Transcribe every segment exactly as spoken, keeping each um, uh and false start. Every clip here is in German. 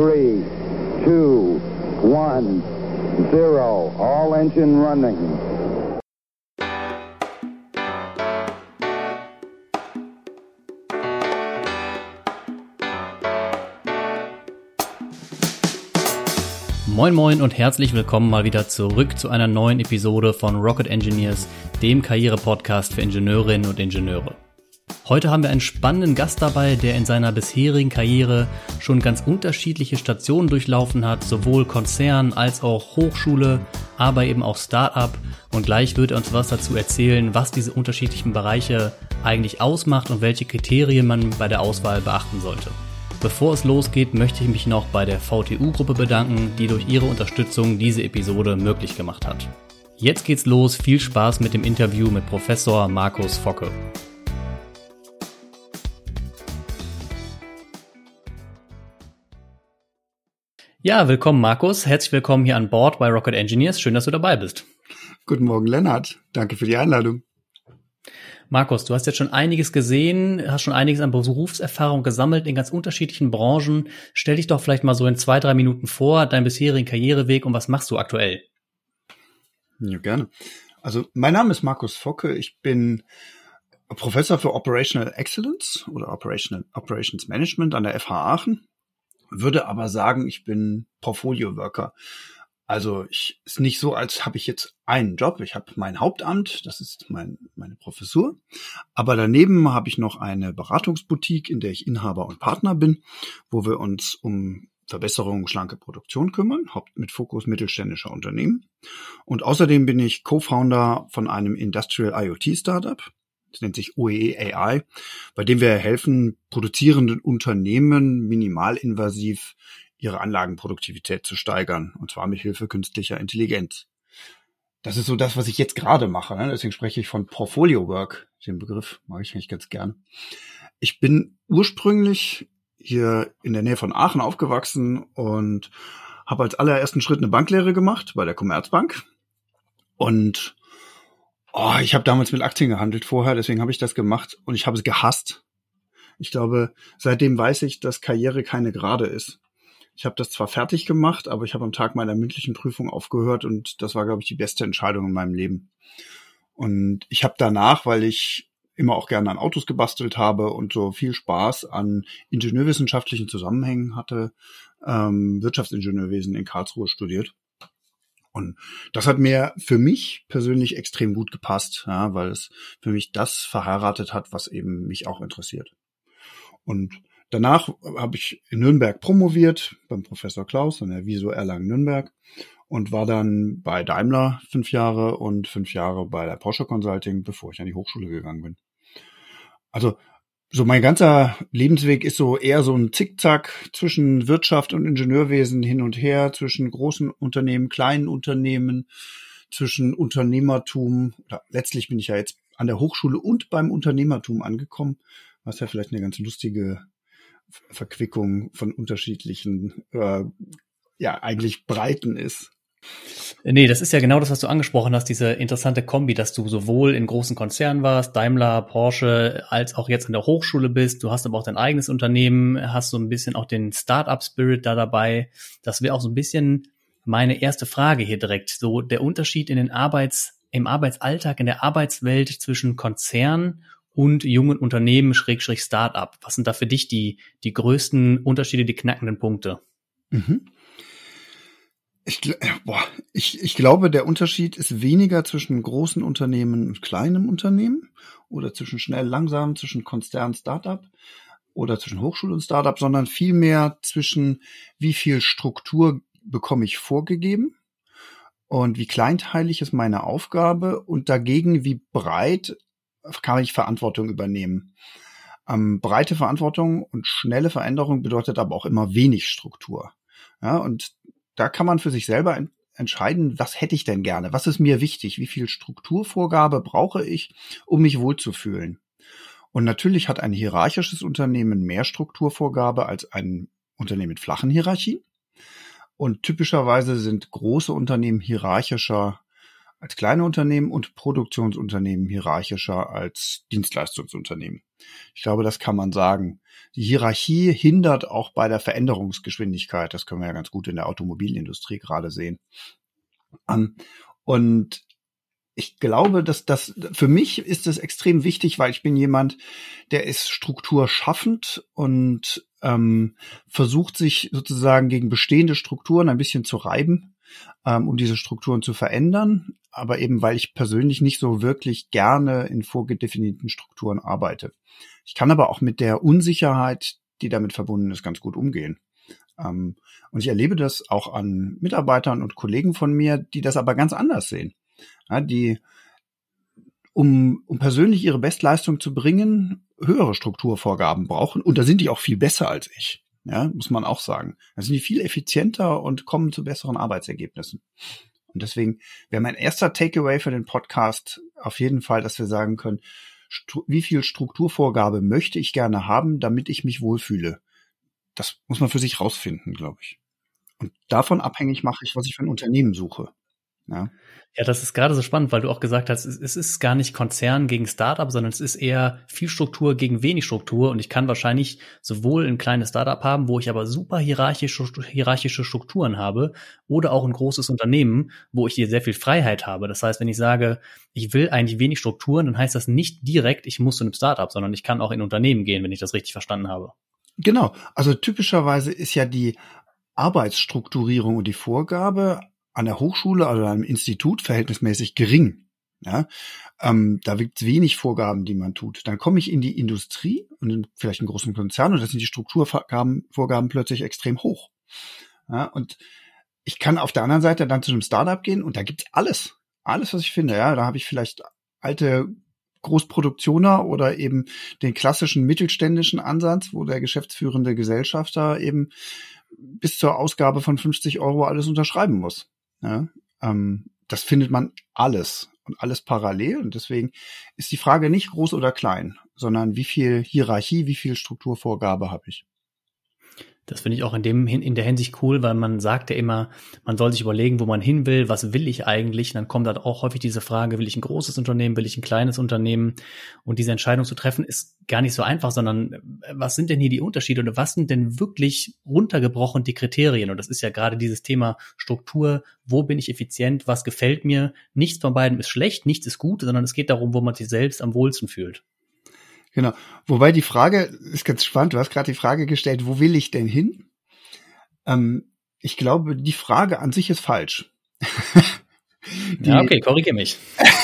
three, two, one, zero. All engine running. Moin moin und herzlich willkommen mal wieder zurück zu einer neuen Episode von Rocket Engineers, dem Karriere-Podcast für Ingenieurinnen und Ingenieure. Heute haben wir einen spannenden Gast dabei, der in seiner bisherigen Karriere schon ganz unterschiedliche Stationen durchlaufen hat, sowohl Konzern als auch Hochschule, aber eben auch Start-up. Und gleich wird er uns was dazu erzählen, was diese unterschiedlichen Bereiche eigentlich ausmacht und welche Kriterien man bei der Auswahl beachten sollte. Bevor es losgeht, möchte ich mich noch bei der V T U-Gruppe bedanken, die durch ihre Unterstützung diese Episode möglich gemacht hat. Jetzt geht's los, viel Spaß mit dem Interview mit Professor Markus Focke. Ja, willkommen Markus, herzlich willkommen hier an Bord bei Rocket Engineers, schön, dass du dabei bist. Guten Morgen Lennart, danke für die Einladung. Markus, du hast jetzt schon einiges gesehen, hast schon einiges an Berufserfahrung gesammelt in ganz unterschiedlichen Branchen. Stell dich doch vielleicht mal so in zwei, drei Minuten vor, deinen bisherigen Karriereweg und was machst du aktuell? Ja, gerne. Also mein Name ist Markus Focke, ich bin Professor für Operational Excellence oder Operational Operations Management an der F H Aachen, würde aber sagen, ich bin Portfolio Worker. Also ich ist nicht so, als habe ich jetzt einen Job. Ich habe mein Hauptamt, das ist mein, meine Professur. Aber daneben habe ich noch eine Beratungsboutique, in der ich Inhaber und Partner bin, wo wir uns um Verbesserung schlanke Produktion kümmern, haupt mit Fokus mittelständischer Unternehmen. Und außerdem bin ich Co-Founder von einem Industrial IoT Startup. Das nennt sich O E E A I, bei dem wir helfen, produzierenden Unternehmen minimalinvasiv ihre Anlagenproduktivität zu steigern, und zwar mit Hilfe künstlicher Intelligenz. Das ist so das, was ich jetzt gerade mache, ne? Deswegen spreche ich von Portfolio Work. Den Begriff mag ich eigentlich ganz gern. Ich bin ursprünglich hier in der Nähe von Aachen aufgewachsen und habe als allerersten Schritt eine Banklehre gemacht bei der Commerzbank. Und oh, ich habe damals mit Aktien gehandelt vorher, deswegen habe ich das gemacht und ich habe es gehasst. Ich glaube, seitdem weiß ich, dass Karriere keine Gerade ist. Ich habe das zwar fertig gemacht, aber ich habe am Tag meiner mündlichen Prüfung aufgehört und das war, glaube ich, die beste Entscheidung in meinem Leben. Und ich habe danach, weil ich immer auch gerne an Autos gebastelt habe und so viel Spaß an ingenieurwissenschaftlichen Zusammenhängen hatte, ähm, Wirtschaftsingenieurwesen in Karlsruhe studiert. Und das hat mir für mich persönlich extrem gut gepasst, ja, weil es für mich das verheiratet hat, was eben mich auch interessiert. Und danach habe ich in Nürnberg promoviert, beim Professor Klaus an der Wieso Erlangen Nürnberg und war dann bei Daimler fünf Jahre und fünf Jahre bei der Porsche Consulting, bevor ich an die Hochschule gegangen bin. Also so mein ganzer Lebensweg ist so eher so ein Zickzack zwischen Wirtschaft und Ingenieurwesen hin und her, zwischen großen Unternehmen, kleinen Unternehmen, zwischen Unternehmertum. Oder letztlich bin ich ja jetzt an der Hochschule und beim Unternehmertum angekommen, was ja vielleicht eine ganz lustige Verquickung von unterschiedlichen, äh, ja, eigentlich Breiten ist. Nee, das ist ja genau das, was du angesprochen hast, diese interessante Kombi, dass du sowohl in großen Konzernen warst, Daimler, Porsche, als auch jetzt an der Hochschule bist. Du hast aber auch dein eigenes Unternehmen, hast so ein bisschen auch den Start-up-Spirit da dabei. Das wäre auch so ein bisschen meine erste Frage hier direkt. So der Unterschied in den Arbeits, im Arbeitsalltag, in der Arbeitswelt zwischen Konzern und jungen Unternehmen, Schrägstrich Start-up. Was sind da für dich die, die größten Unterschiede, die knackenden Punkte? Mhm. Ich, boah, ich, ich glaube, der Unterschied ist weniger zwischen großen Unternehmen und kleinem Unternehmen oder zwischen schnell, langsam, zwischen Konzern, Start-up oder zwischen Hochschule und Start-up, sondern vielmehr zwischen wie viel Struktur bekomme ich vorgegeben und wie kleinteilig ist meine Aufgabe und dagegen wie breit kann ich Verantwortung übernehmen. Ähm, breite Verantwortung und schnelle Veränderung bedeutet aber auch immer wenig Struktur. Ja, und da kann man für sich selber en- entscheiden, was hätte ich denn gerne? Was ist mir wichtig? Wie viel Strukturvorgabe brauche ich, um mich wohlzufühlen? Und natürlich hat ein hierarchisches Unternehmen mehr Strukturvorgabe als ein Unternehmen mit flachen Hierarchien. Und typischerweise sind große Unternehmen hierarchischer als kleine Unternehmen und Produktionsunternehmen hierarchischer als Dienstleistungsunternehmen. Ich glaube, das kann man sagen. Die Hierarchie hindert auch bei der Veränderungsgeschwindigkeit. Das können wir ja ganz gut in der Automobilindustrie gerade sehen. Und ich glaube, dass das, für mich ist es extrem wichtig, weil ich bin jemand, der ist strukturschaffend und ähm, versucht sich sozusagen gegen bestehende Strukturen ein bisschen zu reiben, ähm, um diese Strukturen zu verändern. Aber eben, weil ich persönlich nicht so wirklich gerne in vorgedefinierten Strukturen arbeite. Ich kann aber auch mit der Unsicherheit, die damit verbunden ist, ganz gut umgehen. Ähm, und ich erlebe das auch an Mitarbeitern und Kollegen von mir, die das aber ganz anders sehen. Ja, die, um, um persönlich ihre Bestleistung zu bringen, höhere Strukturvorgaben brauchen. Und da sind die auch viel besser als ich. Ja, muss man auch sagen. Da sind die viel effizienter und kommen zu besseren Arbeitsergebnissen. Und deswegen wäre mein erster Takeaway für den Podcast auf jeden Fall, dass wir sagen können, stru- wie viel Strukturvorgabe möchte ich gerne haben, damit ich mich wohlfühle. Das muss man für sich rausfinden, glaube ich. Und davon abhängig mache ich, was ich für ein Unternehmen suche. Ja. Ja, das ist gerade so spannend, weil du auch gesagt hast, es ist gar nicht Konzern gegen Startup, sondern es ist eher viel Struktur gegen wenig Struktur. Und ich kann wahrscheinlich sowohl ein kleines Startup haben, wo ich aber super hierarchische, hierarchische Strukturen habe, oder auch ein großes Unternehmen, wo ich hier sehr viel Freiheit habe. Das heißt, wenn ich sage, ich will eigentlich wenig Strukturen, dann heißt das nicht direkt, ich muss zu einem Startup, sondern ich kann auch in Unternehmen gehen, wenn ich das richtig verstanden habe. Genau. Also typischerweise ist ja die Arbeitsstrukturierung und die Vorgabe an der Hochschule oder einem Institut verhältnismäßig gering. Ja, ähm, da gibt es wenig Vorgaben, die man tut. Dann komme ich in die Industrie und in vielleicht einen großen Konzern und da sind die Strukturvorgaben Vorgaben plötzlich extrem hoch. Ja, und ich kann auf der anderen Seite dann zu einem Startup gehen und da gibt's alles. Alles, was ich finde. Ja, da habe ich vielleicht alte Großproduktioner oder eben den klassischen mittelständischen Ansatz, wo der geschäftsführende Gesellschafter eben bis zur Ausgabe von fünfzig Euro alles unterschreiben muss. Ja, ähm, das findet man alles und alles parallel. Und deswegen ist die Frage nicht groß oder klein, sondern wie viel Hierarchie, wie viel Strukturvorgabe habe ich. Das finde ich auch in dem in der Hinsicht cool, weil man sagt ja immer, man soll sich überlegen, wo man hin will, was will ich eigentlich? Und dann kommt halt auch häufig diese Frage, will ich ein großes Unternehmen, will ich ein kleines Unternehmen? Und diese Entscheidung zu treffen ist gar nicht so einfach, sondern was sind denn hier die Unterschiede oder was sind denn wirklich runtergebrochen die Kriterien? Und das ist ja gerade dieses Thema Struktur, wo bin ich effizient, was gefällt mir? Nichts von beiden ist schlecht, nichts ist gut, sondern es geht darum, wo man sich selbst am wohlsten fühlt. Genau. Wobei die Frage ist ganz spannend. Du hast gerade die Frage gestellt, wo will ich denn hin? Ähm, ich glaube, die Frage an sich ist falsch. die, ja, okay, korrigiere mich.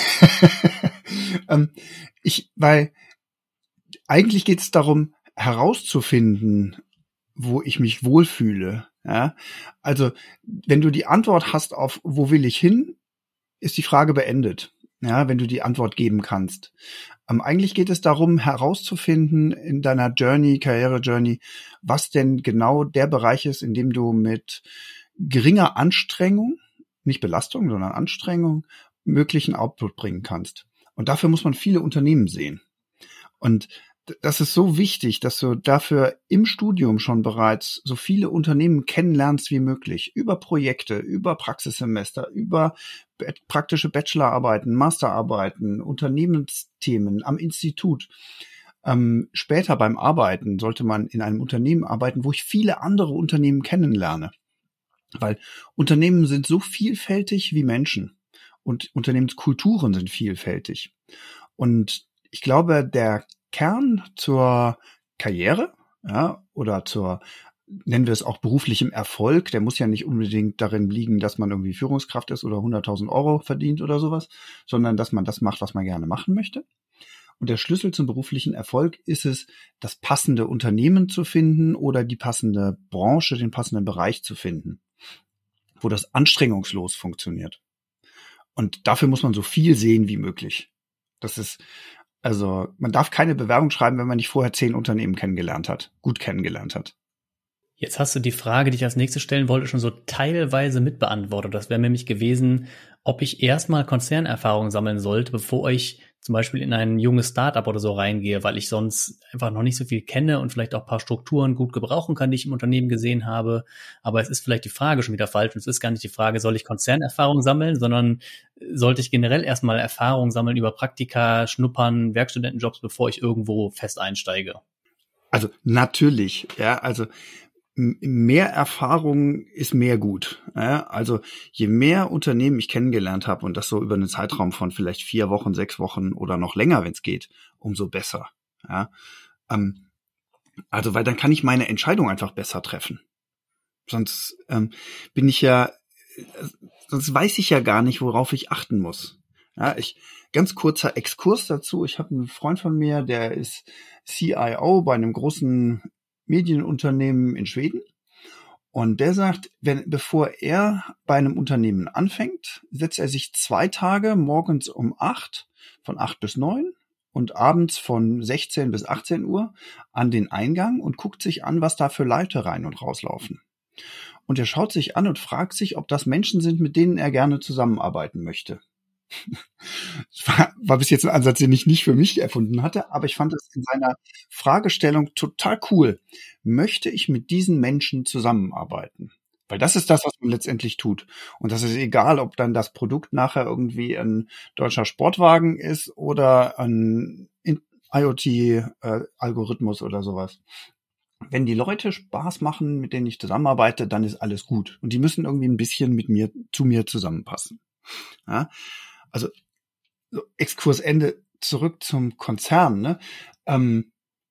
ähm, ich, weil eigentlich geht es darum, herauszufinden, wo ich mich wohlfühle. Ja? Also, wenn du die Antwort hast auf, wo will ich hin, ist die Frage beendet. Ja, wenn du die Antwort geben kannst. Ähm, eigentlich geht es darum, herauszufinden in deiner Journey, Karriere-Journey, was denn genau der Bereich ist, in dem du mit geringer Anstrengung, nicht Belastung, sondern Anstrengung, möglichen Output bringen kannst. Und dafür muss man viele Unternehmen sehen. Und das ist so wichtig, dass du dafür im Studium schon bereits so viele Unternehmen kennenlernst wie möglich. Über Projekte, über Praxissemester, über praktische Bachelorarbeiten, Masterarbeiten, Unternehmensthemen am Institut. Ähm, später beim Arbeiten sollte man in einem Unternehmen arbeiten, wo ich viele andere Unternehmen kennenlerne. Weil Unternehmen sind so vielfältig wie Menschen und Unternehmenskulturen sind vielfältig. Und ich glaube, der Kern zur Karriere, ja, oder zur, nennen wir es auch beruflichem Erfolg, der muss ja nicht unbedingt darin liegen, dass man irgendwie Führungskraft ist oder hunderttausend Euro verdient oder sowas, sondern dass man das macht, was man gerne machen möchte. Und der Schlüssel zum beruflichen Erfolg ist es, das passende Unternehmen zu finden oder die passende Branche, den passenden Bereich zu finden, wo das anstrengungslos funktioniert. Und dafür muss man so viel sehen wie möglich. Das ist Also man darf keine Bewerbung schreiben, wenn man nicht vorher zehn Unternehmen kennengelernt hat, gut kennengelernt hat. Jetzt hast du die Frage, die ich als nächstes stellen wollte, schon so teilweise mitbeantwortet. Das wäre nämlich gewesen, ob ich erstmal Konzernerfahrung sammeln sollte, bevor ich zum Beispiel in ein junges Startup oder so reingehe, weil ich sonst einfach noch nicht so viel kenne und vielleicht auch ein paar Strukturen gut gebrauchen kann, die ich im Unternehmen gesehen habe. Aber es ist vielleicht die Frage schon wieder falsch. Und es ist gar nicht die Frage, soll ich Konzernerfahrung sammeln, sondern sollte ich generell erstmal Erfahrung sammeln über Praktika, Schnuppern, Werkstudentenjobs, bevor ich irgendwo fest einsteige? Also natürlich, ja, also mehr Erfahrung ist mehr gut. Ja, also je mehr Unternehmen ich kennengelernt habe und das so über einen Zeitraum von vielleicht vier Wochen, sechs Wochen oder noch länger, wenn es geht, umso besser. Ja, ähm, also weil dann kann ich meine Entscheidung einfach besser treffen. Sonst ähm, bin ich ja, sonst weiß ich ja gar nicht, worauf ich achten muss. Ja, ich ganz kurzer Exkurs dazu. Ich habe einen Freund von mir, der ist C I O bei einem großen Medienunternehmen in Schweden. Und der sagt, wenn, bevor er bei einem Unternehmen anfängt, setzt er sich zwei Tage morgens um acht, von acht bis neun und abends von sechzehn bis achtzehn Uhr an den Eingang und guckt sich an, was da für Leute rein und rauslaufen. Und er schaut sich an und fragt sich, ob das Menschen sind, mit denen er gerne zusammenarbeiten möchte. Das war, war bis jetzt ein Ansatz, den ich nicht für mich erfunden hatte, aber ich fand es in seiner Fragestellung total cool. Möchte ich mit diesen Menschen zusammenarbeiten? Weil das ist das, was man letztendlich tut. Und das ist egal, ob dann das Produkt nachher irgendwie ein deutscher Sportwagen ist oder ein I O T-Algorithmus oder sowas. Wenn die Leute Spaß machen, mit denen ich zusammenarbeite, dann ist alles gut. Und die müssen irgendwie ein bisschen mit mir, zu mir zusammenpassen. Ja? Also so Exkursende, zurück zum Konzern. Ne? Ähm,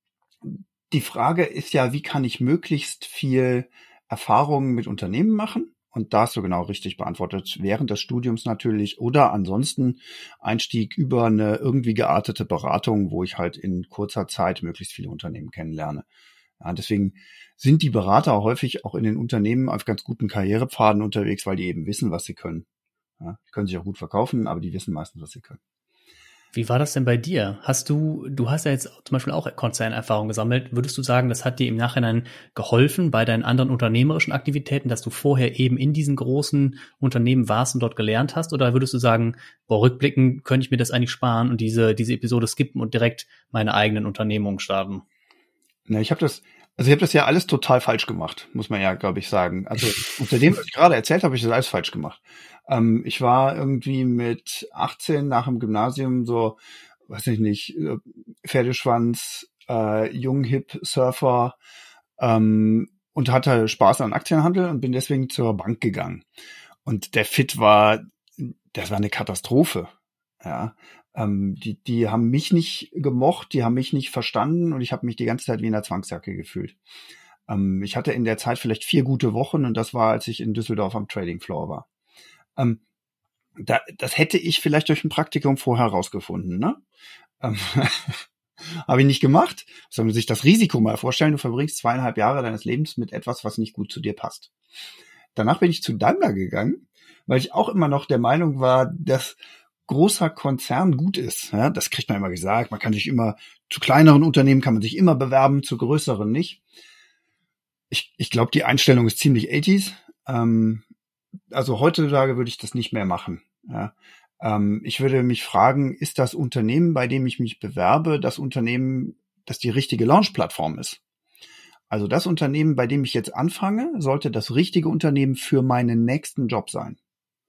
die Frage ist ja, wie kann ich möglichst viel Erfahrungen mit Unternehmen machen? Und da hast du genau richtig beantwortet. Während des Studiums natürlich oder ansonsten Einstieg über eine irgendwie geartete Beratung, wo ich halt in kurzer Zeit möglichst viele Unternehmen kennenlerne. Ja, deswegen sind die Berater häufig auch in den Unternehmen auf ganz guten Karrierepfaden unterwegs, weil die eben wissen, was sie können. Ja, die können sich auch gut verkaufen, aber die wissen meistens, was sie können. Wie war das denn bei dir? Hast du, du hast ja jetzt zum Beispiel auch Konzernerfahrung gesammelt. Würdest du sagen, das hat dir im Nachhinein geholfen bei deinen anderen unternehmerischen Aktivitäten, dass du vorher eben in diesen großen Unternehmen warst und dort gelernt hast? Oder würdest du sagen, boah, rückblickend könnte ich mir das eigentlich sparen und diese, diese Episode skippen und direkt meine eigenen Unternehmungen starten? Na, ich habe das, also ich habe das ja alles total falsch gemacht, muss man ja, glaube ich, sagen. Also unter dem, was ich gerade erzählt habe, habe ich das alles falsch gemacht. Ähm, ich war irgendwie mit achtzehn nach dem Gymnasium so, weiß ich nicht, Pferdeschwanz, äh, jung, hip, Surfer ähm, und hatte Spaß an Aktienhandel und bin deswegen zur Bank gegangen. Und der Fit war, das war eine Katastrophe. Ja, ähm, die, die haben mich nicht gemocht, die haben mich nicht verstanden und ich habe mich die ganze Zeit wie in einer Zwangsjacke gefühlt. Ähm, ich hatte in der Zeit vielleicht vier gute Wochen und das war, als ich in Düsseldorf am Trading Floor war. Ähm, da, das hätte ich vielleicht durch ein Praktikum vorher rausgefunden, ne? Ähm, habe ich nicht gemacht. Soll man sich das Risiko mal vorstellen, du verbringst zweieinhalb Jahre deines Lebens mit etwas, was nicht gut zu dir passt. Danach bin ich zu Daimler gegangen, weil ich auch immer noch der Meinung war, dass großer Konzern gut ist. Ja, das kriegt man immer gesagt. Man kann sich immer, zu kleineren Unternehmen kann man sich immer bewerben, zu größeren nicht. Ich, ich glaube, die Einstellung ist ziemlich achtziger. Ähm, also heutzutage würde ich das nicht mehr machen. Ja. Ähm, ich würde mich fragen, ist das Unternehmen, bei dem ich mich bewerbe, das Unternehmen, das die richtige Launch-Plattform ist? Also das Unternehmen, bei dem ich jetzt anfange, sollte das richtige Unternehmen für meinen nächsten Job sein.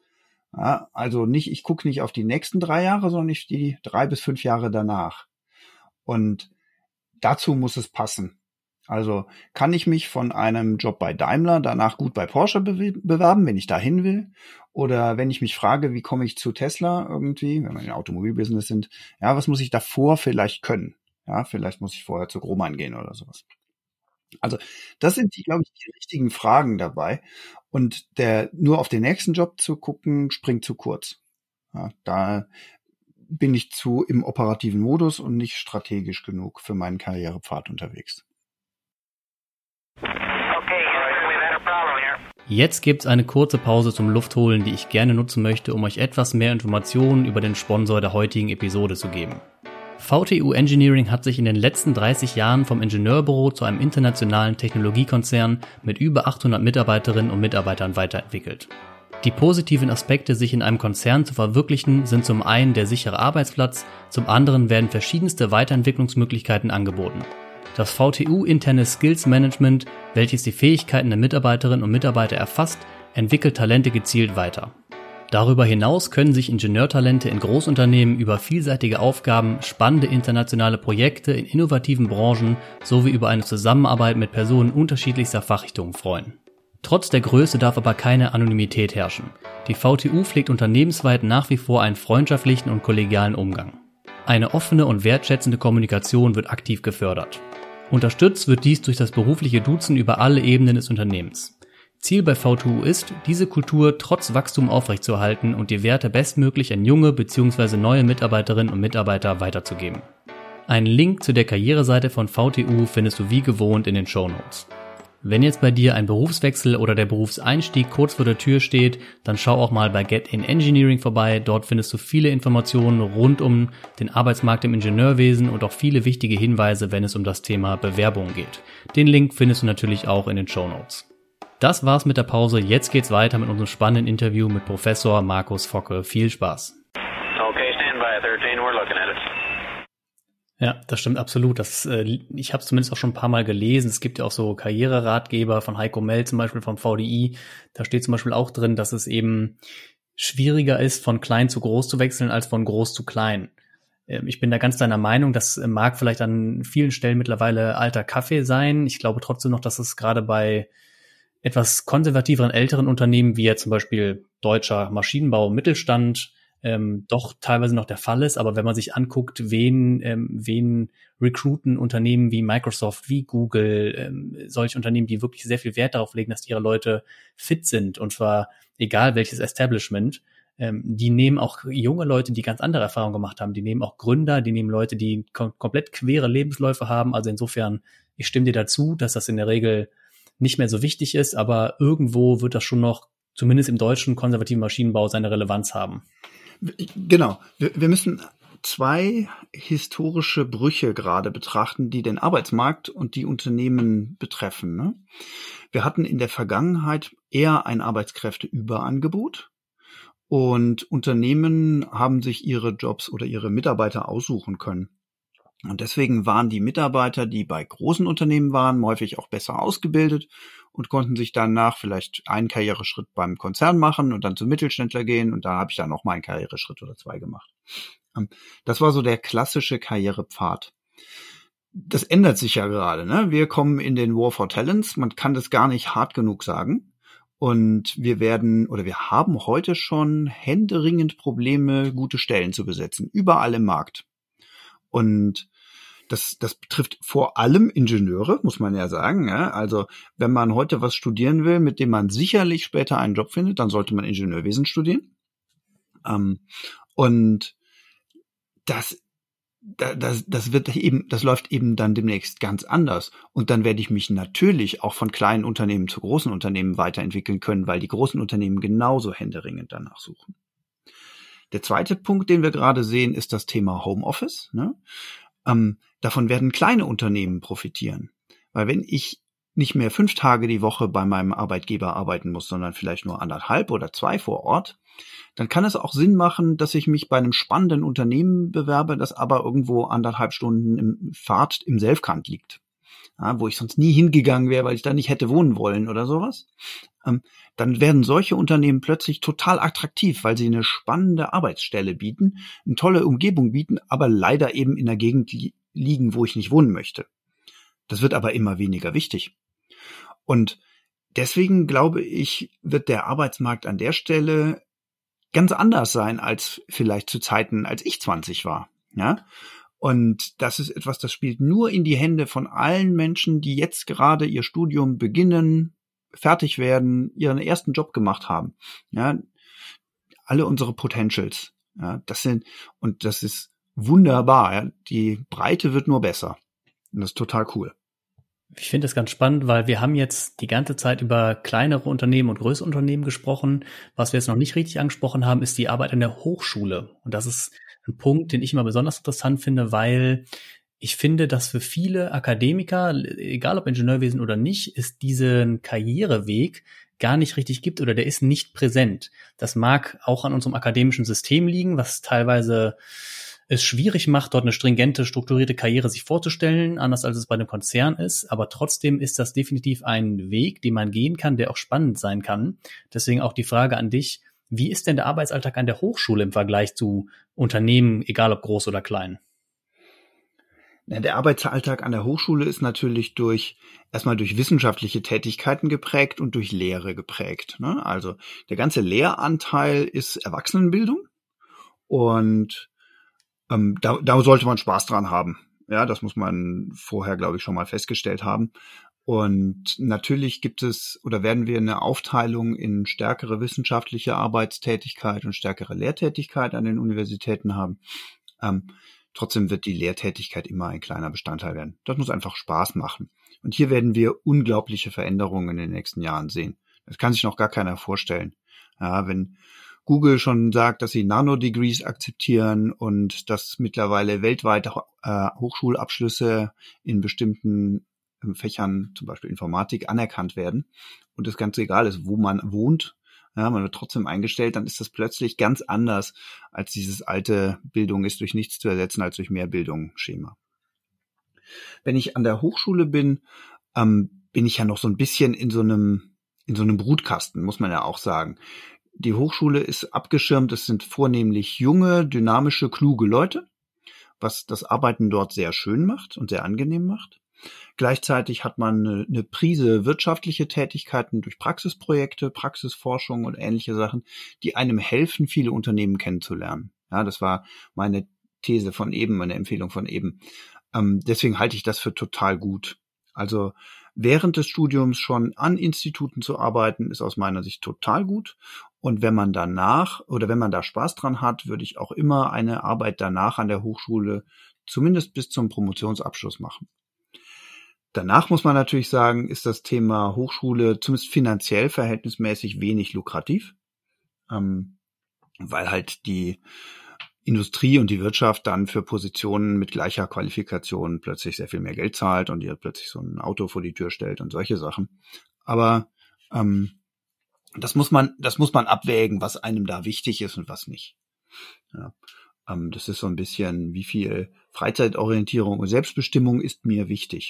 Ja, also nicht, ich gucke nicht auf die nächsten drei Jahre, sondern ich die drei bis fünf Jahre danach. Und dazu muss es passen. Also kann ich mich von einem Job bei Daimler danach gut bei Porsche be- bewerben, wenn ich dahin will? Oder wenn ich mich frage, wie komme ich zu Tesla irgendwie, wenn wir im Automobilbusiness sind, ja, was muss ich davor vielleicht können? Ja, vielleicht muss ich vorher zu Grohmann gehen oder sowas. Also das sind die, glaube ich, die richtigen Fragen dabei. Und der nur auf den nächsten Job zu gucken, springt zu kurz. Ja, da bin ich zu im operativen Modus und nicht strategisch genug für meinen Karrierepfad unterwegs. Jetzt gibt's eine kurze Pause zum Luftholen, die ich gerne nutzen möchte, um euch etwas mehr Informationen über den Sponsor der heutigen Episode zu geben. V T U Engineering hat sich in den letzten dreißig Jahren vom Ingenieurbüro zu einem internationalen Technologiekonzern mit über achthundert Mitarbeiterinnen und Mitarbeitern weiterentwickelt. Die positiven Aspekte, sich in einem Konzern zu verwirklichen, sind zum einen der sichere Arbeitsplatz, zum anderen werden verschiedenste Weiterentwicklungsmöglichkeiten angeboten. Das V T U-interne Skills Management, welches die Fähigkeiten der Mitarbeiterinnen und Mitarbeiter erfasst, entwickelt Talente gezielt weiter. Darüber hinaus können sich Ingenieurtalente in Großunternehmen über vielseitige Aufgaben, spannende internationale Projekte in innovativen Branchen sowie über eine Zusammenarbeit mit Personen unterschiedlichster Fachrichtungen freuen. Trotz der Größe darf aber keine Anonymität herrschen. Die V T U pflegt unternehmensweit nach wie vor einen freundschaftlichen und kollegialen Umgang. Eine offene und wertschätzende Kommunikation wird aktiv gefördert. Unterstützt wird dies durch das berufliche Duzen über alle Ebenen des Unternehmens. Ziel bei V T U ist, diese Kultur trotz Wachstum aufrechtzuerhalten und die Werte bestmöglich an junge bzw. neue Mitarbeiterinnen und Mitarbeiter weiterzugeben. Einen Link zu der Karriereseite von V T U findest du wie gewohnt in den Shownotes. Wenn jetzt bei dir ein Berufswechsel oder der Berufseinstieg kurz vor der Tür steht, dann schau auch mal bei Get in Engineering vorbei. Dort findest du viele Informationen rund um den Arbeitsmarkt im Ingenieurwesen und auch viele wichtige Hinweise, wenn es um das Thema Bewerbungen geht. Den Link findest du natürlich auch in den Shownotes. Das war's mit der Pause. Jetzt geht's weiter mit unserem spannenden Interview mit Professor Markus Focke. Viel Spaß. Okay, stand by thirteen, we're looking at it. Ja, das stimmt absolut. Das, äh, ich habe es zumindest auch schon ein paar Mal gelesen. Es gibt ja auch so Karriereratgeber von Heiko Mell zum Beispiel vom V D I. Da steht zum Beispiel auch drin, dass es eben schwieriger ist, von klein zu groß zu wechseln, als von groß zu klein. Ähm, ich bin da ganz deiner Meinung. Das äh, mag vielleicht an vielen Stellen mittlerweile alter Kaffee sein. Ich glaube trotzdem noch, dass es gerade bei etwas konservativeren, älteren Unternehmen, wie ja zum Beispiel deutscher Maschinenbau, Mittelstand, ähm, doch teilweise noch der Fall ist. Aber wenn man sich anguckt, wen, ähm, wen recruiten Unternehmen wie Microsoft, wie Google, ähm, solche Unternehmen, die wirklich sehr viel Wert darauf legen, dass ihre Leute fit sind, und zwar egal welches Establishment, ähm, die nehmen auch junge Leute, die ganz andere Erfahrungen gemacht haben, die nehmen auch Gründer, die nehmen Leute, die kom- komplett quere Lebensläufe haben. Also insofern, ich stimme dir dazu, dass das in der Regel nicht mehr so wichtig ist, aber irgendwo wird das schon noch, zumindest im deutschen konservativen Maschinenbau, seine Relevanz haben. Genau. Wir, wir müssen zwei historische Brüche gerade betrachten, die den Arbeitsmarkt und die Unternehmen betreffen. Ne? Wir hatten in der Vergangenheit eher ein Arbeitskräfteüberangebot und Unternehmen haben sich ihre Jobs oder ihre Mitarbeiter aussuchen können. Und deswegen waren die Mitarbeiter, die bei großen Unternehmen waren, häufig auch besser ausgebildet und konnten sich danach vielleicht einen Karriereschritt beim Konzern machen und dann zum Mittelständler gehen. Und da habe ich dann noch mal einen Karriereschritt oder zwei gemacht. Das war so der klassische Karrierepfad. Das ändert sich ja gerade, ne? Wir kommen in den War for Talents. Man kann das gar nicht hart genug sagen. Und wir werden oder wir haben heute schon händeringend Probleme, gute Stellen zu besetzen. Überall im Markt. Und das, das betrifft vor allem Ingenieure, muss man ja sagen. Ja? Also wenn man heute was studieren will, mit dem man sicherlich später einen Job findet, dann sollte man Ingenieurwesen studieren. Ähm, und das, das, das wird eben, das läuft eben dann demnächst ganz anders. Und dann werde ich mich natürlich auch von kleinen Unternehmen zu großen Unternehmen weiterentwickeln können, weil die großen Unternehmen genauso händeringend danach suchen. Der zweite Punkt, den wir gerade sehen, ist das Thema Homeoffice. Ne? Ähm, davon werden kleine Unternehmen profitieren. Weil wenn ich nicht mehr fünf Tage die Woche bei meinem Arbeitgeber arbeiten muss, sondern vielleicht nur anderthalb oder zwei vor Ort, dann kann es auch Sinn machen, dass ich mich bei einem spannenden Unternehmen bewerbe, das aber irgendwo anderthalb Stunden im Fahrt im Selfkant liegt. Ja, wo ich sonst nie hingegangen wäre, weil ich da nicht hätte wohnen wollen oder sowas. Ähm, dann werden solche Unternehmen plötzlich total attraktiv, weil sie eine spannende Arbeitsstelle bieten, eine tolle Umgebung bieten, aber leider eben in der Gegend li- liegen, wo ich nicht wohnen möchte. Das wird aber immer weniger wichtig. Und deswegen glaube ich, wird der Arbeitsmarkt an der Stelle ganz anders sein als vielleicht zu Zeiten, als ich zwanzig war. Ja? Und das ist etwas, das spielt nur in die Hände von allen Menschen, die jetzt gerade ihr Studium beginnen, fertig werden, ihren ersten Job gemacht haben. Ja, alle unsere Potentials. Ja, das sind, und das ist wunderbar. Ja, die Breite wird nur besser. Und das ist total cool. Ich finde das ganz spannend, weil wir haben jetzt die ganze Zeit über kleinere Unternehmen und größere Unternehmen gesprochen. Was wir jetzt noch nicht richtig angesprochen haben, ist die Arbeit an der Hochschule. Und das ist ein Punkt, den ich immer besonders interessant finde, weil ich finde, dass für viele Akademiker, egal ob Ingenieurwesen oder nicht, ist diesen Karriereweg gar nicht richtig gibt oder der ist nicht präsent. Das mag auch an unserem akademischen System liegen, was teilweise es schwierig macht, dort eine stringente, strukturierte Karriere sich vorzustellen, anders als es bei einem Konzern ist. Aber trotzdem ist das definitiv ein Weg, den man gehen kann, der auch spannend sein kann. Deswegen auch die Frage an dich, wie ist denn der Arbeitsalltag an der Hochschule im Vergleich zu Unternehmen, egal ob groß oder klein? Ja, der Arbeitsalltag an der Hochschule ist natürlich durch erstmal durch wissenschaftliche Tätigkeiten geprägt und durch Lehre geprägt. Ne? Also der ganze Lehranteil ist Erwachsenenbildung und ähm, da, da sollte man Spaß dran haben. Ja, das muss man vorher, glaube ich, schon mal festgestellt haben. Und natürlich gibt es oder werden wir eine Aufteilung in stärkere wissenschaftliche Arbeitstätigkeit und stärkere Lehrtätigkeit an den Universitäten haben. Ähm, trotzdem wird die Lehrtätigkeit immer ein kleiner Bestandteil werden. Das muss einfach Spaß machen. Und hier werden wir unglaubliche Veränderungen in den nächsten Jahren sehen. Das kann sich noch gar keiner vorstellen. Ja, wenn Google schon sagt, dass sie Nanodegrees akzeptieren und dass mittlerweile weltweit äh, Hochschulabschlüsse in bestimmten äh, Fächern, zum Beispiel Informatik, anerkannt werden und es ganz egal ist, wo man wohnt, ja, man wird trotzdem eingestellt, dann ist das plötzlich ganz anders als dieses alte Bildung ist durch nichts zu ersetzen als durch mehr Bildung Schema. Wenn ich an der Hochschule bin, ähm, bin ich ja noch so ein bisschen in so einem in so einem Brutkasten, muss man ja auch sagen. Die Hochschule ist abgeschirmt, es sind vornehmlich junge, dynamische, kluge Leute, was das Arbeiten dort sehr schön macht und sehr angenehm macht. Gleichzeitig hat man eine, eine Prise wirtschaftliche Tätigkeiten durch Praxisprojekte, Praxisforschung und ähnliche Sachen, die einem helfen, viele Unternehmen kennenzulernen. Ja, das war meine These von eben, meine Empfehlung von eben. Ähm, deswegen halte ich das für total gut. Also während des Studiums schon an Instituten zu arbeiten, ist aus meiner Sicht total gut. Und wenn man danach oder wenn man da Spaß dran hat, würde ich auch immer eine Arbeit danach an der Hochschule zumindest bis zum Promotionsabschluss machen. Danach muss man natürlich sagen, ist das Thema Hochschule zumindest finanziell verhältnismäßig wenig lukrativ, ähm, weil halt die Industrie und die Wirtschaft dann für Positionen mit gleicher Qualifikation plötzlich sehr viel mehr Geld zahlt und ihr plötzlich so ein Auto vor die Tür stellt und solche Sachen. Aber ähm, das muss man, das muss man abwägen, was einem da wichtig ist und was nicht. Ja, ähm, das ist so ein bisschen, wie viel Freizeitorientierung und Selbstbestimmung ist mir wichtig.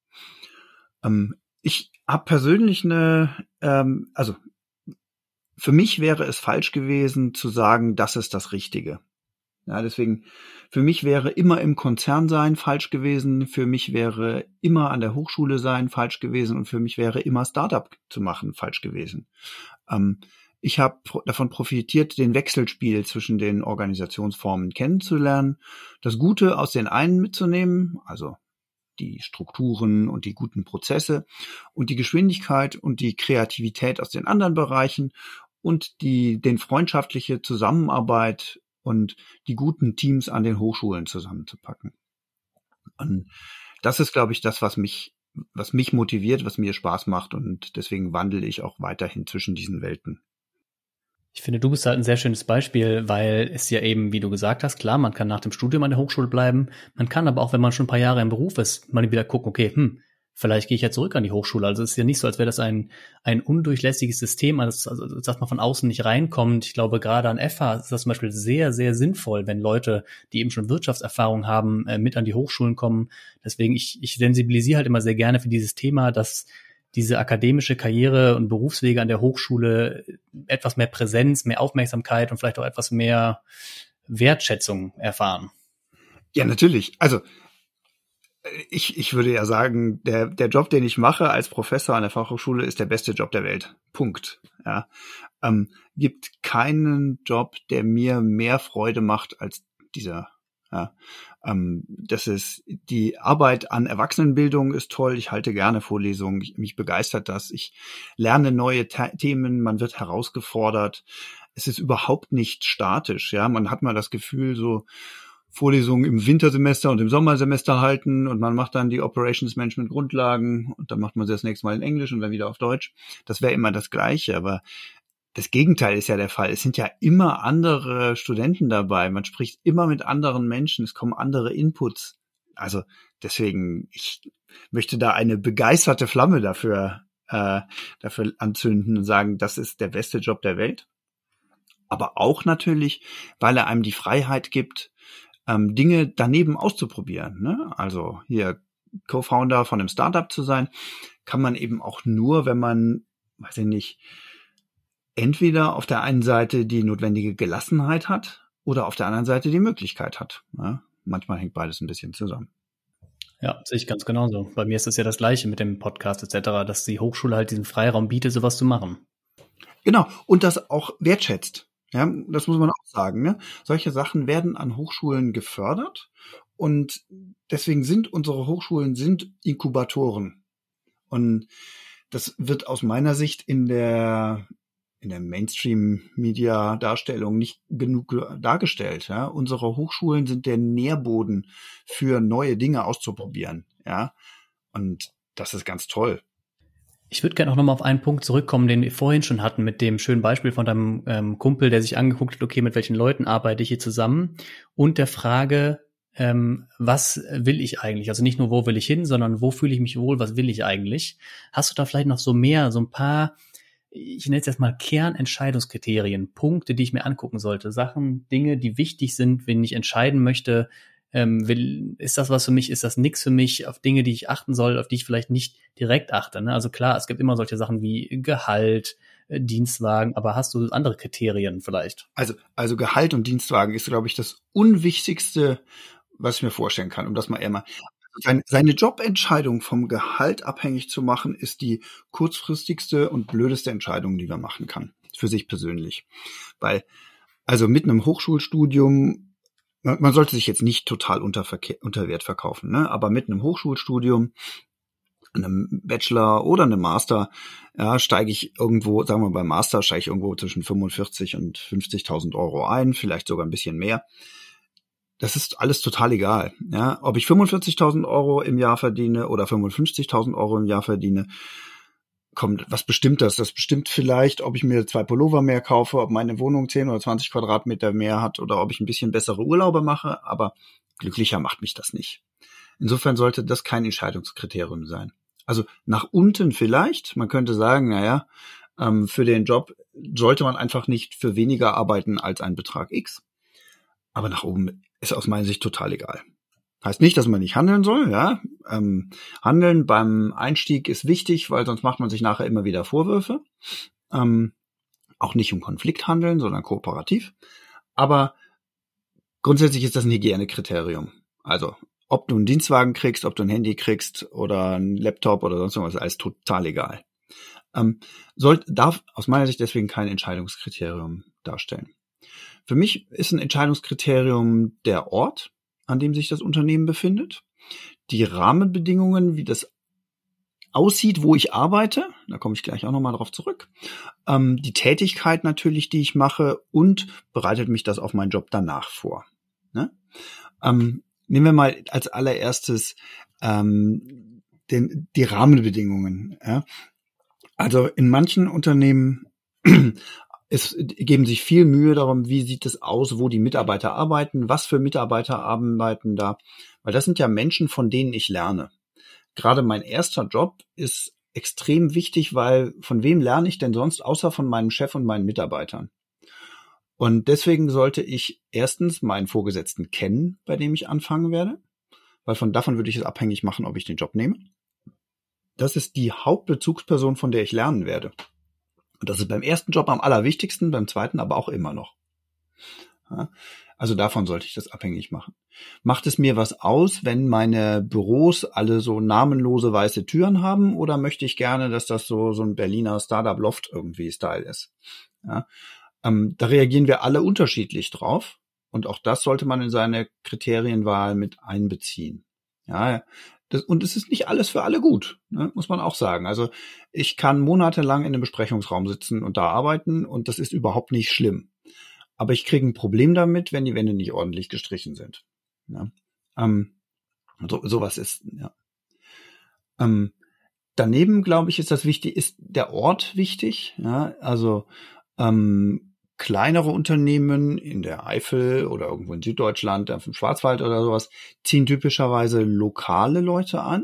Ähm, ich habe persönlich eine, ähm, also für mich wäre es falsch gewesen zu sagen, das ist das Richtige. Ja, deswegen, für mich wäre immer im Konzern sein falsch gewesen, für mich wäre immer an der Hochschule sein falsch gewesen und für mich wäre immer Startup zu machen falsch gewesen. Ähm, ich habe davon profitiert, den Wechselspiel zwischen den Organisationsformen kennenzulernen, das Gute aus den einen mitzunehmen, also die Strukturen und die guten Prozesse und die Geschwindigkeit und die Kreativität aus den anderen Bereichen und die den freundschaftliche Zusammenarbeit und die guten Teams an den Hochschulen zusammenzupacken. Und das ist, glaube ich, das, was mich, was mich motiviert, was mir Spaß macht und deswegen wandle ich auch weiterhin zwischen diesen Welten. Ich finde, du bist halt ein sehr schönes Beispiel, weil es ja eben, wie du gesagt hast, klar, man kann nach dem Studium an der Hochschule bleiben, man kann aber auch, wenn man schon ein paar Jahre im Beruf ist, mal wieder gucken, okay, hm, vielleicht gehe ich ja zurück an die Hochschule. Also es ist ja nicht so, als wäre das ein ein undurchlässiges System, also, also dass man von außen nicht reinkommt. Ich glaube, gerade an F H ist das zum Beispiel sehr, sehr sinnvoll, wenn Leute, die eben schon Wirtschaftserfahrung haben, äh, mit an die Hochschulen kommen. Deswegen, ich, ich sensibilisiere halt immer sehr gerne für dieses Thema, dass diese akademische Karriere und Berufswege an der Hochschule etwas mehr Präsenz, mehr Aufmerksamkeit und vielleicht auch etwas mehr Wertschätzung erfahren. Ja, natürlich. Also Ich, ich würde ja sagen, der, der Job, den ich mache als Professor an der Fachhochschule, ist der beste Job der Welt. Punkt. Ja. Ähm, gibt keinen Job, der mir mehr Freude macht als dieser. Ja. Ähm, das ist, die Arbeit an Erwachsenenbildung ist toll. Ich halte gerne Vorlesungen. Ich, mich begeistert das. Ich lerne neue Ta- Themen. Man wird herausgefordert. Es ist überhaupt nicht statisch. Ja, man hat mal das Gefühl, so, Vorlesungen im Wintersemester und im Sommersemester halten und man macht dann die Operations Management Grundlagen und dann macht man sie das nächste Mal in Englisch und dann wieder auf Deutsch. Das wäre immer das Gleiche, aber das Gegenteil ist ja der Fall. Es sind ja immer andere Studenten dabei. Man spricht immer mit anderen Menschen. Es kommen andere Inputs. Also deswegen, ich möchte da eine begeisterte Flamme dafür äh, dafür anzünden und sagen, das ist der beste Job der Welt. Aber auch natürlich, weil er einem die Freiheit gibt, ähm, Dinge daneben auszuprobieren. Ne? Also hier Co-Founder von einem Startup zu sein, kann man eben auch nur, wenn man, weiß ich nicht, entweder auf der einen Seite die notwendige Gelassenheit hat oder auf der anderen Seite die Möglichkeit hat. Ja? Manchmal hängt beides ein bisschen zusammen. Ja, sehe ich ganz genauso. Bei mir ist es ja das Gleiche mit dem Podcast et cetera, dass die Hochschule halt diesen Freiraum bietet, sowas zu machen. Genau, und das auch wertschätzt. Ja, das muss man auch sagen. Ne? Solche Sachen werden an Hochschulen gefördert und deswegen sind unsere Hochschulen sind Inkubatoren. Und das wird aus meiner Sicht in der in der Mainstream-Media-Darstellung nicht genug dargestellt. Ja? Unsere Hochschulen sind der Nährboden für neue Dinge auszuprobieren. Ja, und das ist ganz toll. Ich würde gerne auch nochmal auf einen Punkt zurückkommen, den wir vorhin schon hatten, mit dem schönen Beispiel von deinem ähm, Kumpel, der sich angeguckt hat, okay, mit welchen Leuten arbeite ich hier zusammen, und der Frage, ähm, was will ich eigentlich? Also nicht nur, wo will ich hin, sondern wo fühle ich mich wohl, was will ich eigentlich? Hast du da vielleicht noch so mehr, so ein paar, ich nenne es jetzt mal Kernentscheidungskriterien, Punkte, die ich mir angucken sollte, Sachen, Dinge, die wichtig sind, wenn ich entscheiden möchte, ähm, will, ist das was für mich, ist das nix für mich, auf Dinge, die ich achten soll, auf die ich vielleicht nicht direkt achte. Ne? Also klar, es gibt immer solche Sachen wie Gehalt, äh, Dienstwagen, aber hast du andere Kriterien vielleicht? Also, also Gehalt und Dienstwagen ist, glaube ich, das Unwichtigste, was ich mir vorstellen kann, um das mal eher mal. Seine, seine Jobentscheidung vom Gehalt abhängig zu machen, ist die kurzfristigste und blödeste Entscheidung, die man machen kann, für sich persönlich. Weil, also mit einem Hochschulstudium, man, man sollte sich jetzt nicht total unter, unter Wert verkaufen, ne? Aber mit einem Hochschulstudium, einem Bachelor oder einem Master, ja, steige ich irgendwo, sagen wir beim Master, steige ich irgendwo zwischen fünfundvierzig und fünfzigtausend Euro ein, vielleicht sogar ein bisschen mehr. Das ist alles total egal. Ja, ob ich fünfundvierzigtausend Euro im Jahr verdiene oder fünfundfünfzigtausend Euro im Jahr verdiene, kommt, was bestimmt das? Das bestimmt vielleicht, ob ich mir zwei Pullover mehr kaufe, ob meine Wohnung zehn oder zwanzig Quadratmeter mehr hat oder ob ich ein bisschen bessere Urlaube mache, aber glücklicher macht mich das nicht. Insofern sollte das kein Entscheidungskriterium sein. Also nach unten vielleicht, man könnte sagen, naja, ähm, für den Job sollte man einfach nicht für weniger arbeiten als ein Betrag X. Aber nach oben ist aus meiner Sicht total egal. Heißt nicht, dass man nicht handeln soll, ja. Ähm, handeln beim Einstieg ist wichtig, weil sonst macht man sich nachher immer wieder Vorwürfe. Ähm, auch nicht um Konflikt handeln, sondern kooperativ. Aber grundsätzlich ist das ein Hygienekriterium. Also, ob du einen Dienstwagen kriegst, ob du ein Handy kriegst oder einen Laptop oder sonst irgendwas, ist alles total egal. Ähm, soll, darf aus meiner Sicht deswegen kein Entscheidungskriterium darstellen. Für mich ist ein Entscheidungskriterium der Ort, an dem sich das Unternehmen befindet, die Rahmenbedingungen, wie das aussieht, wo ich arbeite, da komme ich gleich auch nochmal drauf zurück, ähm, die Tätigkeit natürlich, die ich mache, und bereitet mich das auf meinen Job danach vor. Ne? Ähm, nehmen wir mal als allererstes ähm, den, die Rahmenbedingungen. Ja? Also in manchen Unternehmen es geben sich viel Mühe darum, wie sieht es aus, wo die Mitarbeiter arbeiten, was für Mitarbeiter arbeiten da, weil das sind ja Menschen, von denen ich lerne. Gerade mein erster Job ist extrem wichtig, weil von wem lerne ich denn sonst, außer von meinem Chef und meinen Mitarbeitern? Und deswegen sollte ich erstens meinen Vorgesetzten kennen, bei dem ich anfangen werde, weil von davon würde ich es abhängig machen, ob ich den Job nehme. Das ist die Hauptbezugsperson, von der ich lernen werde. Und das ist beim ersten Job am allerwichtigsten, beim zweiten aber auch immer noch. Ja, also davon sollte ich das abhängig machen. Macht es mir was aus, wenn meine Büros alle so namenlose weiße Türen haben, oder möchte ich gerne, dass das so so ein Berliner Startup-Loft irgendwie Style ist? Ja, ähm, da reagieren wir alle unterschiedlich drauf, und auch das sollte man in seine Kriterienwahl mit einbeziehen. Ja, das, und es ist nicht alles für alle gut, ne, muss man auch sagen. Also ich kann monatelang in einem Besprechungsraum sitzen und da arbeiten, und das ist überhaupt nicht schlimm. Aber ich kriege ein Problem damit, wenn die Wände nicht ordentlich gestrichen sind. Ja, ähm, so, sowas ist, ja. Ähm, daneben, glaube ich, ist das wichtig, ist der Ort wichtig. Ja, also ähm, kleinere Unternehmen in der Eifel oder irgendwo in Süddeutschland, auf dem Schwarzwald oder sowas, ziehen typischerweise lokale Leute an.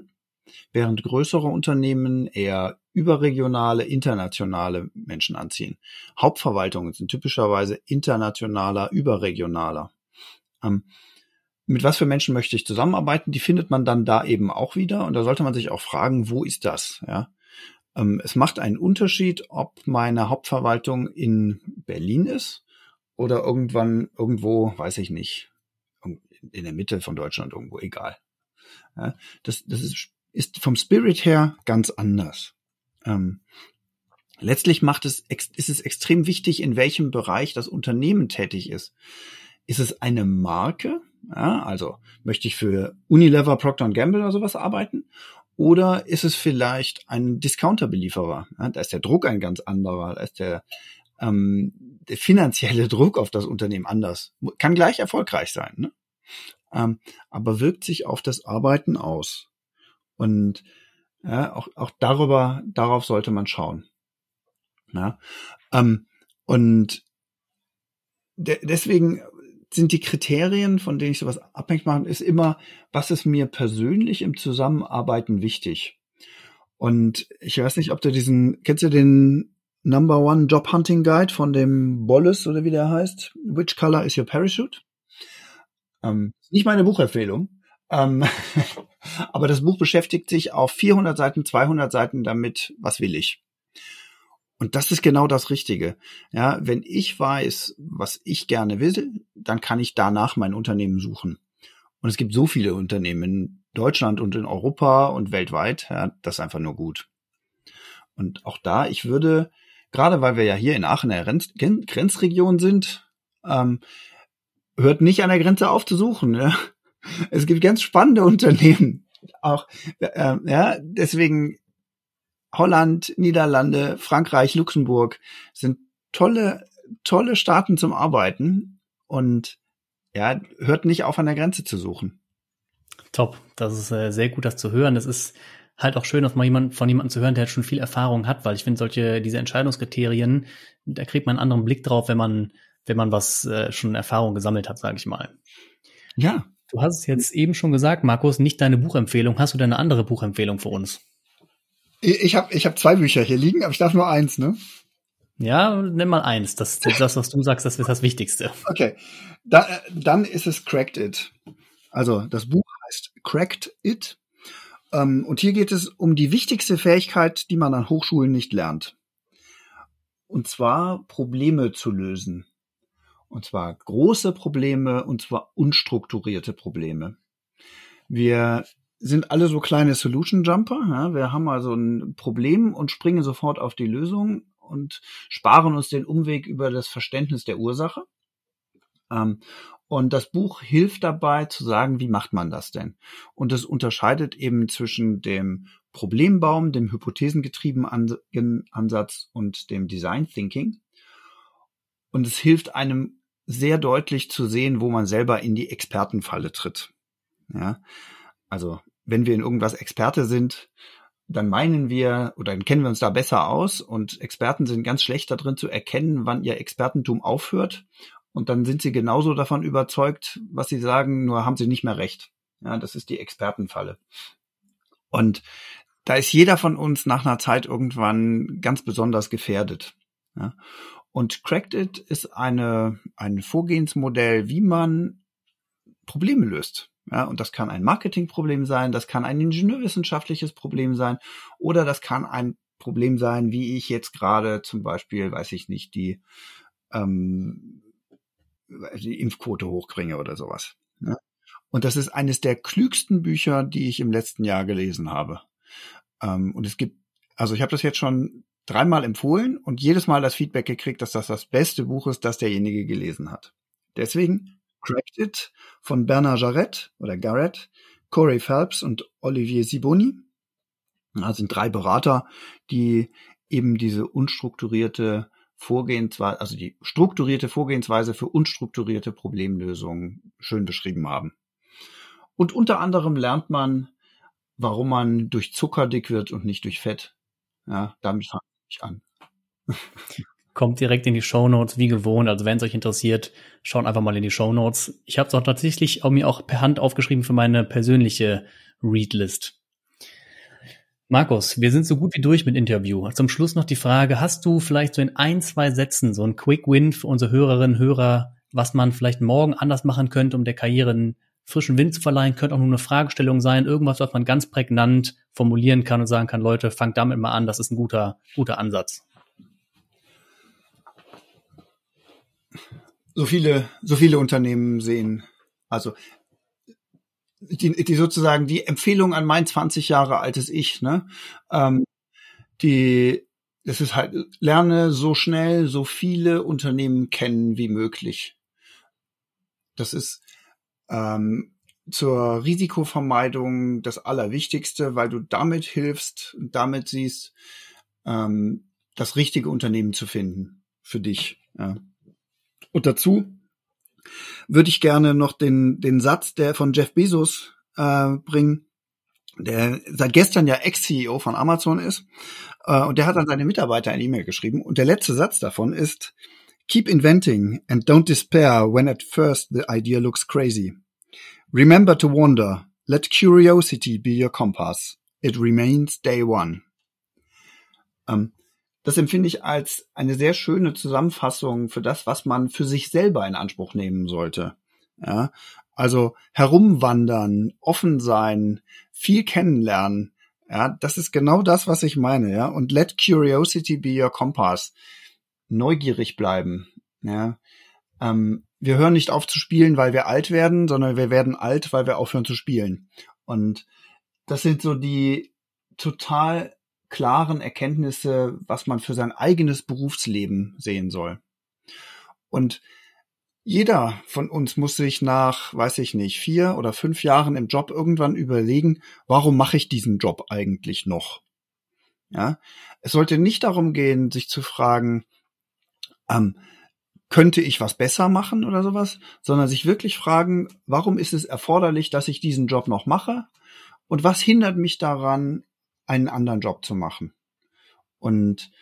während größere Unternehmen eher überregionale, internationale Menschen anziehen. Hauptverwaltungen sind typischerweise internationaler, überregionaler. Ähm, mit was für Menschen möchte ich zusammenarbeiten? Die findet man dann da eben auch wieder. Und da sollte man sich auch fragen, wo ist das? Ja? Ähm, es macht einen Unterschied, ob meine Hauptverwaltung in Berlin ist oder irgendwann irgendwo, weiß ich nicht, in der Mitte von Deutschland irgendwo, egal. Ja, das, das ist, ist vom Spirit her ganz anders. Ähm, letztlich macht es, ist es extrem wichtig, in welchem Bereich das Unternehmen tätig ist. Ist es eine Marke? Ja, also möchte ich für Unilever, Procter and Gamble oder sowas arbeiten? Oder ist es vielleicht ein Discounter-Belieferer? Ja, da ist der Druck ein ganz anderer, da ist der, ähm, der finanzielle Druck auf das Unternehmen anders. Kann gleich erfolgreich sein, ne? Ähm, aber wirkt sich auf das Arbeiten aus. Und ja, auch, auch darüber, darauf sollte man schauen. Ja, ähm, und de- deswegen sind die Kriterien, von denen ich sowas abhängig mache, ist immer, was ist mir persönlich im Zusammenarbeiten wichtig? Und ich weiß nicht, ob du diesen, kennst du den Number One Job Hunting Guide von dem Bolles oder wie der heißt? Which color is your parachute? Ähm, nicht meine Buchempfehlung, ähm, aber das Buch beschäftigt sich auf vierhundert Seiten, zweihundert Seiten damit, was will ich? Und das ist genau das Richtige. Ja, wenn ich weiß, was ich gerne will, dann kann ich danach mein Unternehmen suchen. Und es gibt so viele Unternehmen in Deutschland und in Europa und weltweit, ja, das ist einfach nur gut. Und auch da, ich würde, gerade weil wir ja hier in Aachen in der Grenz- Grenzregion sind, ähm, hört nicht an der Grenze auf zu suchen. Ja. Es gibt ganz spannende Unternehmen. Auch äh, ja, deswegen Holland, Niederlande, Frankreich, Luxemburg sind tolle, tolle Staaten zum Arbeiten. Und ja, hört nicht auf, an der Grenze zu suchen. Top. Das ist äh, sehr gut, das zu hören. Es ist halt auch schön, dass mal jemand von jemandem zu hören, der halt schon viel Erfahrung hat, weil ich finde, solche diese Entscheidungskriterien, da kriegt man einen anderen Blick drauf, wenn man wenn man was äh, schon Erfahrung gesammelt hat, sage ich mal. Ja. Du hast es jetzt eben schon gesagt, Markus, nicht deine Buchempfehlung. Hast du denn eine andere Buchempfehlung für uns? Ich habe ich hab zwei Bücher hier liegen, aber ich darf nur eins, ne? Ja, nimm mal eins. Das, das was du sagst, das ist das Wichtigste. Okay. Da, dann ist es Cracked It. Also das Buch heißt Cracked It. Ähm, und hier geht es um die wichtigste Fähigkeit, die man an Hochschulen nicht lernt. Und zwar Probleme zu lösen. Und zwar große Probleme, und zwar unstrukturierte Probleme. Wir sind alle so kleine Solution Jumper. Ja? Wir haben also ein Problem und springen sofort auf die Lösung und sparen uns den Umweg über das Verständnis der Ursache. Ähm, und das Buch hilft dabei zu sagen, wie macht man das denn? Und es unterscheidet eben zwischen dem Problembaum, dem hypothesengetriebenen Ansatz und dem Design Thinking. Und es hilft einem sehr deutlich zu sehen, wo man selber in die Expertenfalle tritt. Ja, also wenn wir in irgendwas Experte sind, dann meinen wir oder dann kennen wir uns da besser aus und Experten sind ganz schlecht darin zu erkennen, wann ihr Expertentum aufhört und dann sind sie genauso davon überzeugt, was sie sagen, nur haben sie nicht mehr recht. Ja, das ist die Expertenfalle. Und da ist jeder von uns nach einer Zeit irgendwann ganz besonders gefährdet. Ja. Und Cracked It ist eine, ein Vorgehensmodell, wie man Probleme löst. Ja, und das kann ein Marketingproblem sein, das kann ein ingenieurwissenschaftliches Problem sein oder das kann ein Problem sein, wie ich jetzt gerade zum Beispiel, weiß ich nicht, die, ähm, die Impfquote hochbringe oder sowas. Ja. Und das ist eines der klügsten Bücher, die ich im letzten Jahr gelesen habe. Ähm, und es gibt, also ich habe das jetzt schon dreimal empfohlen und jedes Mal das Feedback gekriegt, dass das das beste Buch ist, das derjenige gelesen hat. Deswegen Cracked It von Bernard Jarret oder Garrett, Corey Phelps und Olivier Siboni. Das sind drei Berater, die eben diese unstrukturierte Vorgehensweise, also die strukturierte Vorgehensweise für unstrukturierte Problemlösungen schön beschrieben haben. Und unter anderem lernt man, warum man durch Zucker dick wird und nicht durch Fett. Ja, damit fange ich an. Kommt direkt in die Shownotes, wie gewohnt. Also wenn es euch interessiert, schaut einfach mal in die Shownotes. Ich habe es auch tatsächlich auch mir auch per Hand aufgeschrieben für meine persönliche Readlist. Markus, wir sind so gut wie durch mit Interview. Zum Schluss noch die Frage, hast du vielleicht so in ein, zwei Sätzen so einen Quick Win für unsere Hörerinnen und Hörer, was man vielleicht morgen anders machen könnte, um der Karriere einen frischen Wind zu verleihen? Könnte auch nur eine Fragestellung sein, irgendwas, was man ganz prägnant formulieren kann und sagen kann, Leute, fangt damit mal an, das ist ein guter, guter Ansatz. So viele, so viele Unternehmen sehen, also die, die sozusagen die Empfehlung an mein zwanzig Jahre altes Ich, ne, ähm, die, das ist halt, lerne so schnell so viele Unternehmen kennen wie möglich. Das ist ähm, zur Risikovermeidung das Allerwichtigste, weil du damit hilfst und damit siehst, ähm, das richtige Unternehmen zu finden für dich. Ja. Und dazu würde ich gerne noch den den Satz, der von Jeff Bezos äh, bringen, der seit gestern ja Ex-C E O von Amazon ist. Äh, und der hat an seine Mitarbeiter eine E-Mail geschrieben. Und der letzte Satz davon ist: Keep inventing and don't despair when at first the idea looks crazy. Remember to wonder. Let curiosity be your compass. It remains day one. Ähm, Das empfinde ich als eine sehr schöne Zusammenfassung für das, was man für sich selber in Anspruch nehmen sollte. Ja, also herumwandern, offen sein, viel kennenlernen. Ja, das ist genau das, was ich meine. Ja, und let curiosity be your compass. Neugierig bleiben. Ja, ähm, wir hören nicht auf zu spielen, weil wir alt werden, sondern wir werden alt, weil wir aufhören zu spielen. Und das sind so die total klaren Erkenntnisse, was man für sein eigenes Berufsleben sehen soll. Und jeder von uns muss sich nach, weiß ich nicht, vier oder fünf Jahren im Job irgendwann überlegen, warum mache ich diesen Job eigentlich noch? Ja, es sollte nicht darum gehen, sich zu fragen, ähm, könnte ich was besser machen oder sowas, sondern sich wirklich fragen, warum ist es erforderlich, dass ich diesen Job noch mache? Und was hindert mich daran, einen anderen Job zu machen? Und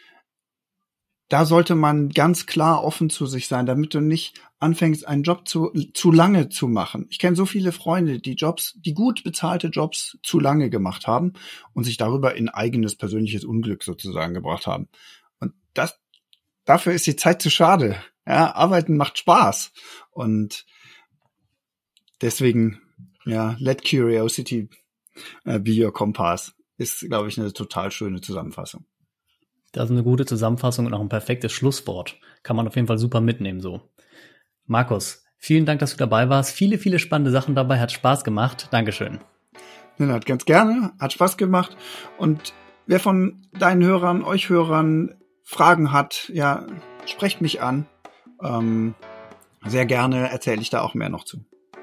da sollte man ganz klar offen zu sich sein, damit du nicht anfängst, einen Job zu, zu lange zu machen. Ich kenne so viele Freunde, die Jobs, die gut bezahlte Jobs zu lange gemacht haben und sich darüber in eigenes persönliches Unglück sozusagen gebracht haben. Und das, dafür ist die Zeit zu schade. Ja, Arbeiten macht Spaß. Und deswegen, ja, let curiosity be your compass. Ist, glaube ich, eine total schöne Zusammenfassung. Das ist eine gute Zusammenfassung und auch ein perfektes Schlusswort. Kann man auf jeden Fall super mitnehmen so. Markus, vielen Dank, dass du dabei warst. Viele, viele spannende Sachen dabei. Hat Spaß gemacht. Dankeschön. Lennart, ganz gerne. Hat Spaß gemacht. Und wer von deinen Hörern, euch Hörern Fragen hat, ja, sprecht mich an. Ähm, sehr gerne erzähle ich da auch mehr noch zu.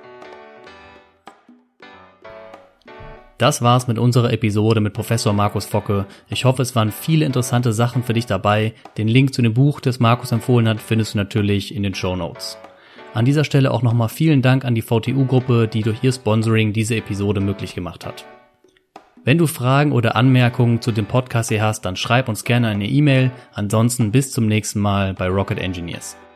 Das war's mit unserer Episode mit Professor Markus Focke. Ich hoffe, es waren viele interessante Sachen für dich dabei. Den Link zu dem Buch, das Markus empfohlen hat, findest du natürlich in den Shownotes. An dieser Stelle auch nochmal vielen Dank an die V T U-Gruppe, die durch ihr Sponsoring diese Episode möglich gemacht hat. Wenn du Fragen oder Anmerkungen zu dem Podcast hier hast, dann schreib uns gerne eine E-Mail. Ansonsten bis zum nächsten Mal bei Rocket Engineers.